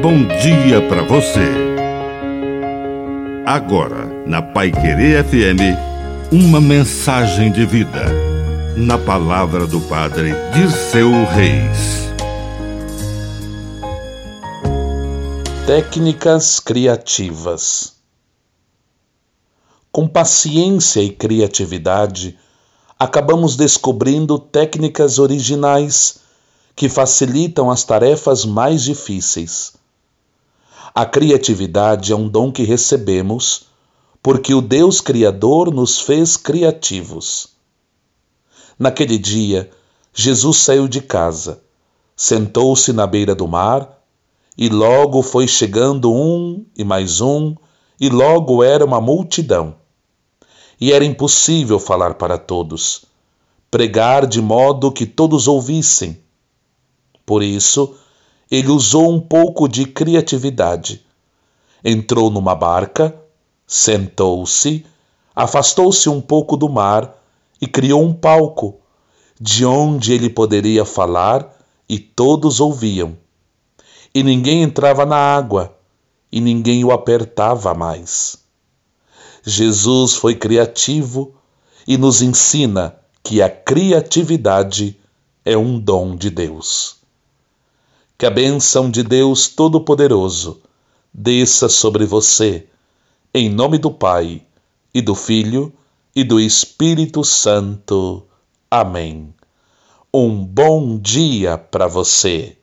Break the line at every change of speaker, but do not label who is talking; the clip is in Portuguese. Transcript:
bom dia para você. Agora, na Paiquerê FM, uma mensagem de vida. Na palavra do Padre Dirceu Reis.
Técnicas criativas. Com paciência e criatividade, acabamos descobrindo técnicas originais que facilitam as tarefas mais difíceis. A criatividade é um dom que recebemos porque o Deus Criador nos fez criativos. Naquele dia, Jesus saiu de casa, sentou-se na beira do mar e logo foi chegando um e mais um, e logo era uma multidão. E era impossível falar para todos, pregar de modo que todos ouvissem. Por isso, ele usou um pouco de criatividade. Entrou numa barca, sentou-se, afastou-se um pouco do mar e criou um palco, de onde ele poderia falar e todos ouviam. E ninguém entrava na água, e ninguém o apertava mais. Jesus foi criativo e nos ensina que a criatividade é um dom de Deus. Que a bênção de Deus Todo-Poderoso desça sobre você, em nome do Pai, e do Filho, e do Espírito Santo. Amém. Um bom dia para você.